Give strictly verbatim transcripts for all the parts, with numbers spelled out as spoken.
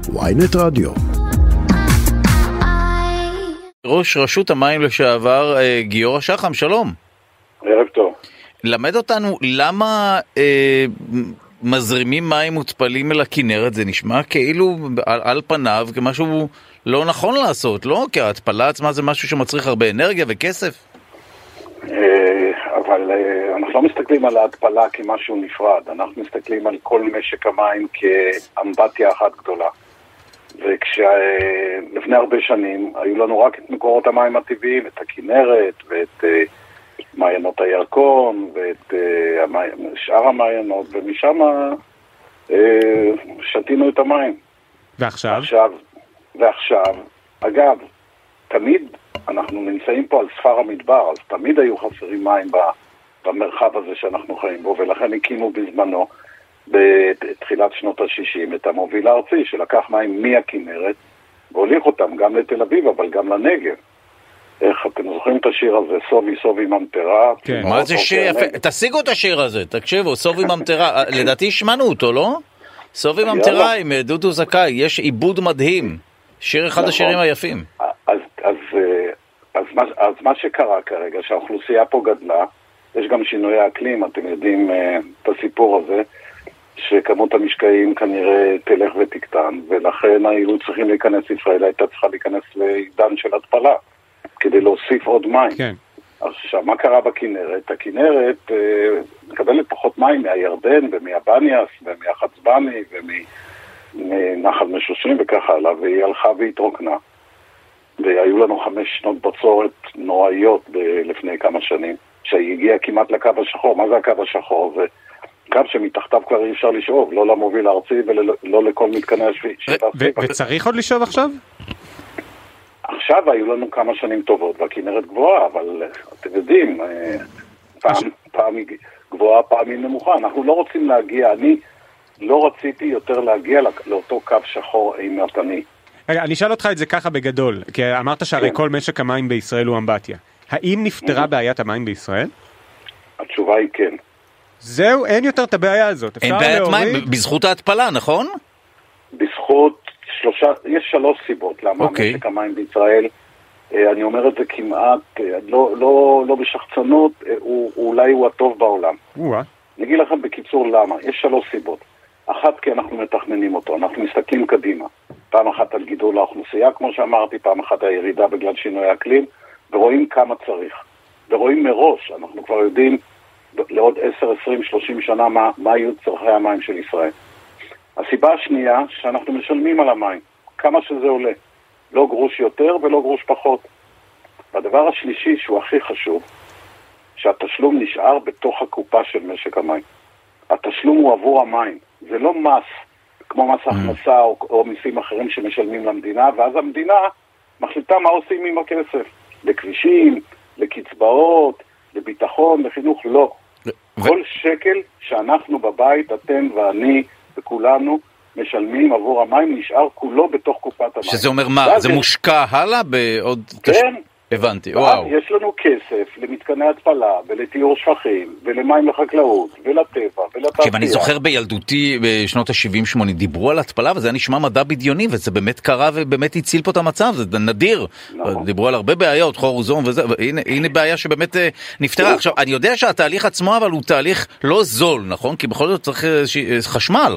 וויינט רדיו. ראש רשות המים לשעבר גיורא שחם, שלום. ערב טוב. למד אותנו למה אה, מזרימים מים מותפלים אל הכנרת. זה נשמע כאילו על, על פניו כמשהו לא נכון לעשות, לא? כי ההתפלה עצמה זה משהו שמצריך הרבה אנרגיה וכסף. אבל אנחנו לא מסתכלים על ההתפלה כמשהו נפרד, אנחנו מסתכלים על כל משק המים כאמבטיה אחת גדולה. וכשלפני הרבה שנים היו לנו רק את מקורות המים הטבעיים, את הכנרת ואת מעיינות הירקון ואת שאר המעיינות, ומשם שתינו את המים. ועכשיו? עכשיו, ועכשיו, אגב, תמיד אנחנו נמצאים פה על ספר המדבר, אז תמיד היו חסרים מים במרחב הזה שאנחנו חיים בו, ולכן הקימו בזמנו, בתחילת שנות ה-שישים, את המוביל הארצי, שלקח מים מהכנרת, והוליך אותם גם לתל אביב, אבל גם לנגב. איך, אתם זוכרים את השיר הזה, סובי סובי ממטרה? כן. מה זה שיר יפה? תשיגו את השיר הזה, תקשיבו, סובי ממטרה. לדעתי שמענו אותו, לא? סובי ממטרה עם דודו זכאי, יש עיבוד מדהים. שיר אחד השירים היפים. אז, אז, אז, מה, אז מה שקרה כרגע, שהאוכלוסייה פה גדלה, יש גם שינויי אקלים, אתם יודעים את הסיפור הזה, שכמות המשקעים כנראה תלך ותקטן, ולכן היו צריכים להיכנס, ישראל הייתה צריכה להיכנס לעידן של התפלה, כדי להוסיף עוד מים. כן. עכשיו, מה קרה בכנרת? הכנרת אה, מקבלת פחות מים מהירדן ומהבניאס ומהחצבני ומנחל משושים וכך הלאה, והיא הלכה והתרוקנה. והיו לנו חמש שנות בצורת נוראיות ב- לפני כמה שנים, שהיא הגיעה כמעט לקו השחור. מה זה הקו השחור? זה קו שמתחתיו כבר אי אפשר לשאוב, לא למוביל הארצי ולא לכל מתקני השביתה. וצריך עוד לשאוב עכשיו? עכשיו היו לנו כמה שנים טובות, והכנרת גבוהה, אבל אתם יודעים, פעם, פעם היא גבוהה, פעם היא נמוכה. אנחנו לא רוצים להגיע, אני לא רציתי יותר להגיע לאותו קו שחור אימתני. אני אשאל אותך את זה ככה בגדול, כי אמרת שהרי כל משק המים בישראל הוא אמבטיה. האם נפתרה בעיית המים בישראל? התשובה היא כן. זהו, אין יותר את הבעיה הזאת. אין בעיית מים, בזכות ההתפלה, נכון? בזכות שלושה, יש שלוש סיבות למה okay. משק המים בישראל, אני אומר את זה כמעט, לא, לא, לא בשחצנות, הוא, אולי הוא הטוב בעולם. What? אני אגיד לכם בקיצור למה, יש שלוש סיבות. אחת, כי אנחנו מתכננים אותו, אנחנו מסתכלים קדימה. פעם אחת על גידול האוכלוסייה, כמו שאמרתי, פעם אחת הירידה בגלל שינוי אקלים, ורואים כמה צריך. ורואים מראש, אנחנו כבר יודעים לעוד עשר, עשרים, שלושים שנה מה, מה יהיו צרכי המים של ישראל. הסיבה השנייה, שאנחנו משלמים על המים, כמה שזה עולה. לא גרוש יותר ולא גרוש פחות. והדבר השלישי, שהוא הכי חשוב, שהתשלום נשאר בתוך הקופה של משק המים. התשלום הוא עבור המים. זה לא מס, כמו מס הכנסה או, או מיסים אחרים שמשלמים למדינה, ואז המדינה מחליטה מה עושים עם הכסף. לכבישים, לקצבאות, לביטחון, לחינוך, לא. ו... כל שקל שאנחנו בבית, אתם ואני וכולנו משלמים עבור המים, נשאר כולו בתוך קופת המים. שזה אומר מה? זה זה מושקע הלאה בעוד... כן. תש... הבנתי, וואו. יש לנו כסף למתקני התפלה, ולטיהור שפכים, ולמים לחקלאות, ולטבע, ולתעשייה. ואני זוכר בילדותי בשנות ה-שבעים שמונים, דיברו על התפלה, וזה נשמע מדע בדיוני, וזה באמת קרה ובאמת הציל פה את המצב, זה נדיר. נכון. דיברו על הרבה בעיות, חור וזום וזה, והנה, הנה בעיה שבאמת נפתרה. עכשיו, אני יודע שהתהליך עצמו, אבל הוא תהליך לא זול, נכון? כי בכל זאת צריך חשמל.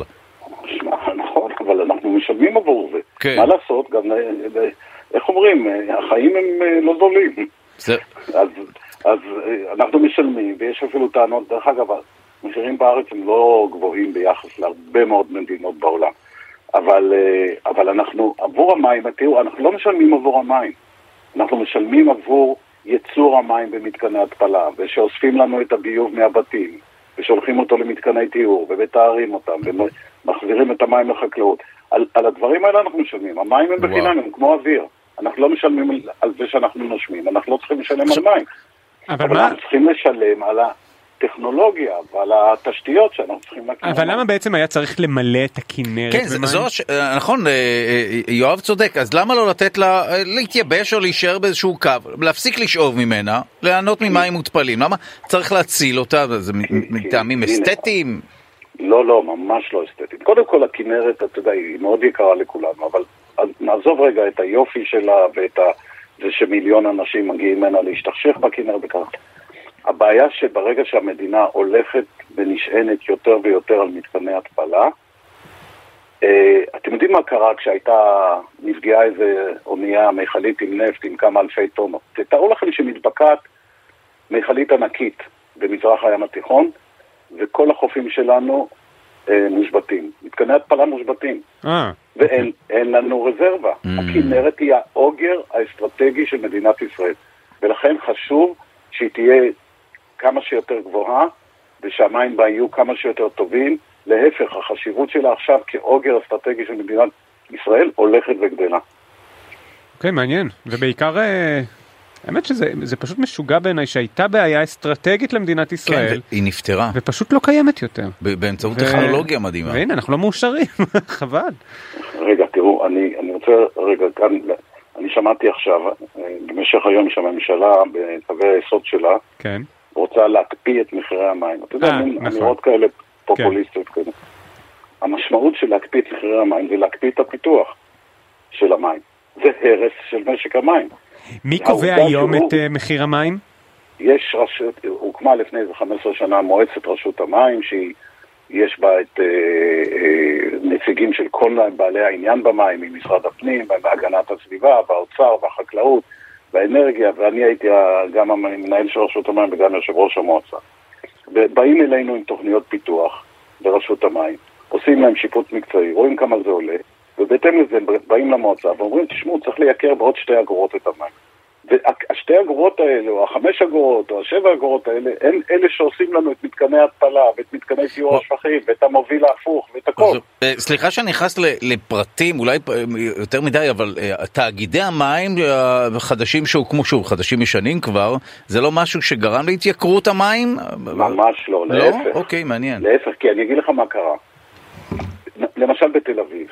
נכון, אבל אנחנו משלמים עבור זה. כן. מה לעשות? גם... איך אומרים, החיים הם לא זולים. זה... אז, אז אנחנו משלמים, ויש אפילו טענות, דרך אגב, המחירים בארץ הם לא גבוהים ביחס להרבה מאוד מדינות בעולם. אבל, אבל אנחנו, עבור המים, תראו, אנחנו לא משלמים עבור המים. אנחנו משלמים עבור ייצור המים במתקני התפלה, ושאוספים לנו את הביוב מהבתים, ושולחים אותו למתקני טיהור, ובתארים אותם, ומחזירים את המים לחקלאות. על, על הדברים האלה אנחנו משלמים. המים הם בחינם, הם כמו אוויר. אנחנו לא משלמים על זה שאנחנו נושמים, אנחנו לא צריכים לשלם על מים. אבל, אבל אנחנו צריכים לשלם על הטכנולוגיה ועל התשתיות שאנחנו צריכים להקים. אבל למה בעצם היה צריך למלא את הכנרת? כן, זו, נכון, יואב צודק, אז למה לא לתת לה להתייבש או להישאר באיזשהו קו, להפסיק לשאוב ממנה, ליהנות ממים מותפלים? למה צריך להציל אותה? זה מטעמים אסתטיים? לא, לא, ממש לא אסתטית. קודם כל, הכנרת, אתה יודע, היא מאוד יקרה לכולנו, אבל נעזוב רגע את היופי שלה ואת ה... זה שמיליון אנשים מגיעים ממנה להשתכשך בכנרת וכך. הבעיה שברגע שהמדינה הולכת ונשענת יותר ויותר על מתקני התפלה, אתם יודעים מה קרה כשהייתה נפגעה איזה אונייה מיכלית עם נפט עם כמה אלפי טונות? תתארו לכם שמתבקעת מיכלית ענקית במזרח הים התיכון, וכל החופים שלנו אה, מושבתים. מתקני התפלה מושבתים. אה. ואין אין לנו רזרבה. Mm. הכנרת היא האוגר האסטרטגי של מדינת ישראל. ולכן חשוב שהיא תהיה כמה שיותר גבוהה, ושהמים בה יהיו כמה שיותר טובים. להפך, החשיבות שלה עכשיו כאוגר אסטרטגי של מדינת ישראל הולכת וגדלה. אוקיי, מעניין. ובעיקר, האמת שזה זה פשוט משוגע בעיניי שהייתה בעיה אסטרטגית למדינת ישראל. כן, היא נפטרה. ופשוט לא קיימת יותר. באמצעות טכנולוגיה מדהימה. והנה, אנחנו לא מאושרים, חבל. רגע, תראו, אני, אני רוצה רגע כאן, אני שמעתי עכשיו, במשך היום שהממשלה, בקווי היסוד שלה, כן. רוצה להקפיא את מחירי המים. אתה יודע, אמירות כאלה פופוליסטיות כאלה. המשמעות של להקפיא את מחירי המים זה להקפיא את הפיתוח של המים. זה הרס של משק המים. מי קובע היום את מחיר המים? יש רשות, הוקמה לפני איזה חמש עשרה שנה מועצת רשות המים, שיש בה את אה, אה, נציגים של כל בעלי העניין במים, ממשרד הפנים, בהגנת הסביבה, באוצר, בחקלאות, באנרגיה, ואני הייתי גם המנהל של רשות המים וגם יושב ראש המועצה. ובאים אלינו עם תוכניות פיתוח ברשות המים, עושים להם שיפוט מקצועי, רואים כמה זה עולה, ובהתאם לזה באים למועצה ואומרים, תשמעו, צריך לייקר בעוד שתי אגורות את המים. והשתי אגורות האלה, או החמש אגורות, או השבע אגורות האלה, הם אלה שעושים לנו את מתקני התפלה, ואת מתקני טיהור השפכים, ואת המוביל ההפוך, ואת הכל. סליחה שאני נכנס לפרטים, אולי יותר מדי, אבל תאגידי המים החדשים שהוקמו, שוב, חדשים ישנים כבר, זה לא משהו שגרם להתייקרות המים? ממש לא, להפך. לא? אוקיי, מעניין. להפך, כי אני אגיד לך מה קרה. למשל בתל אביב.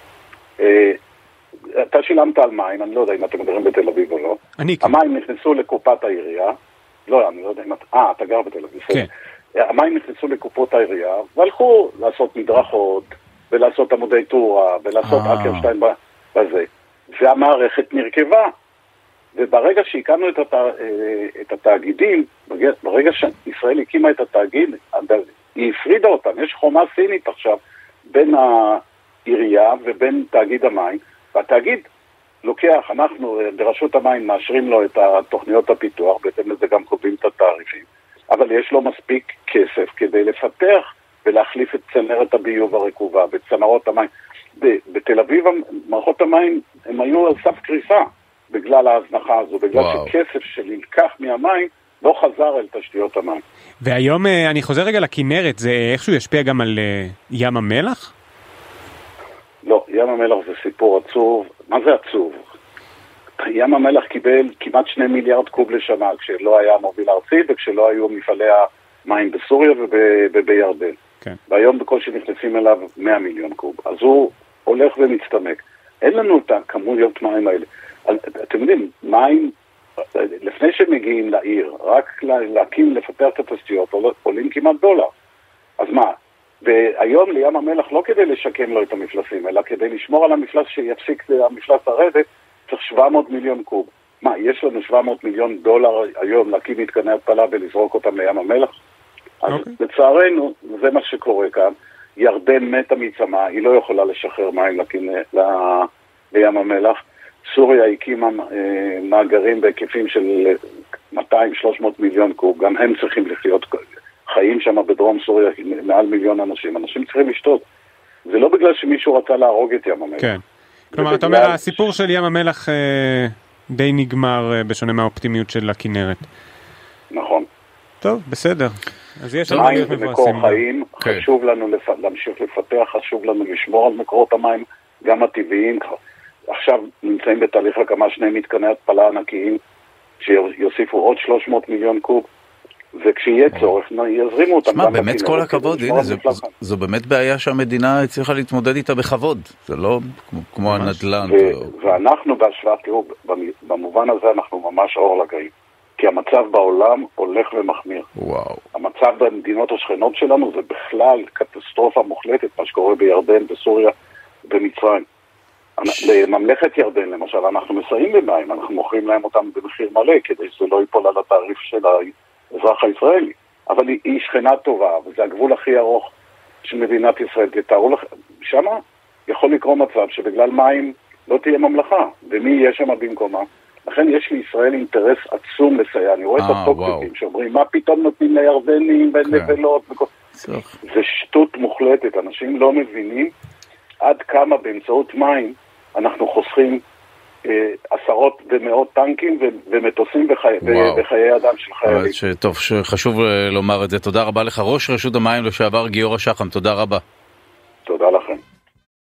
אתה שילמת על מים, אני לא יודע אם אתם מדברים בתל אביב או לא. אני כן. המים נכנסו לקופת העירייה, לא, אני לא יודע אם אתה, אה, אתה גר בתל אביב. כן. המים נכנסו לקופות העירייה, והלכו לעשות מדרכות, ולעשות עמודי תאורה, ולעשות אקרשטיין בזה. והמערכת נרכבה. וברגע שהקמנו את, הת... את התאגידים, ברגע שישראל הקימה את התאגיד, היא הפרידה אותם. יש חומה סינית עכשיו בין העירייה ובין תאגיד המים, והתאגיד לוקח, אנחנו ברשות המים מאשרים לו את תוכניות הפיתוח, בהתאם לזה גם קובעים את התעריפים, אבל יש לו מספיק כסף כדי לפתח ולהחליף את צנרת הביוב הרקובה ואת צנרות המים. בתל אביב מערכות המים הם היו על סף קריסה בגלל ההזנחה הזו, בגלל וואו. שכסף שנלקח מהמים לא חזר אל תשתיות המים. והיום אני חוזר רגע לכנרת, זה איכשהו ישפיע גם על ים המלח? לא, ים המלח זה סיפור עצוב. מה זה עצוב? ים המלח קיבל כמעט שני מיליארד קוב לשנה, כשלא היה מוביל ארצי וכשלא היו מפעלי המים בסוריה ובירדן. כן. והיום בקושי נכנסים אליו מאה מיליון קוב. אז הוא הולך ומצטמק. אין לנו את הכמויות מים האלה. אתם יודעים, מים, לפני שמגיעים לעיר, רק להקים, לפתח את התשתיות, עולים כמעט דולר. אז מה? והיום לים המלח לא כדי לשקם לו את המפלסים, אלא כדי לשמור על המפלס שיפסיק המפלס לרדת, צריך שבע מאות מיליון קוב. מה, יש לנו שבע מאות מיליון דולר היום להקים מתקני התפלה ולזרוק אותם לים המלח? אז okay. לצערנו, זה מה שקורה כאן. ירדן מתה מצמא, היא לא יכולה לשחרר מים לכין, ל... לים המלח. סוריה הקימה אה, מאגרים בהיקפים של מאתיים שלוש מאות מיליון קוב, גם הם צריכים לחיות חיים שם בדרום סוריה, מעל מיליון אנשים. אנשים צריכים לשתות. זה לא בגלל שמישהו רצה להרוג את ים המלח. כן. כלומר, אתה אומר, הסיפור של ים המלח אה, די נגמר אה, בשונה מהאופטימיות של הכנרת. נכון. טוב, בסדר. אז יש לנו מים זה מקור חיים, okay. חשוב לנו לפ... להמשיך לפתח, חשוב לנו לשמור על מקורות המים, גם הטבעיים. עכשיו נמצאים בתהליך הקמה שני מתקני התפלה ענקיים, שיוסיפו עוד שלוש מאות מיליון קוב, וכשיהיה צורך, יזרימו אותם. שמה, באמת כל הכבוד, הנה, זו, זו באמת בעיה שהמדינה הצליחה להתמודד איתה בכבוד, זה לא כמו הנדל"ן. ו- ואנחנו בהשוואה, תראו, במובן הזה אנחנו ממש אור לגאים, כי המצב בעולם הולך ומחמיר. וואו. המצב המצב במדינות השכנות שלנו זה בכלל קטסטרופה מוחלטת, מה שקורה בירדן, בסוריה, במצרים. בממלכת ירדן למשל, אנחנו מסייעים במים, אנחנו מוכרים להם אותם במחיר מלא, כדי שזה לא ייפול על התעריף של האזרח הישראלי. אבל היא, היא שכנה טובה, וזה הגבול הכי ארוך של מדינת ישראל. תתארו לכם, שמה יכול לקרוא מצב שבגלל מים לא תהיה ממלכה, ומי יהיה שם במקומה. לכן יש לישראל אינטרס עצום לסייע. אני רואה את הטוקטים שאומרים, מה פתאום נותנים לירדנים ולנבלות? זה שטות מוחלטת, אנשים לא מבינים עד כמה באמצעות מים אנחנו חוסכים אה, עשרות ומאות טנקים ו- ומטוסים וחיי, וחיי אדם של חיילים. ש- טוב, חשוב לומר את זה. תודה רבה לך, ראש רשות המים לשעבר גיורא שחם, תודה רבה. תודה לכם.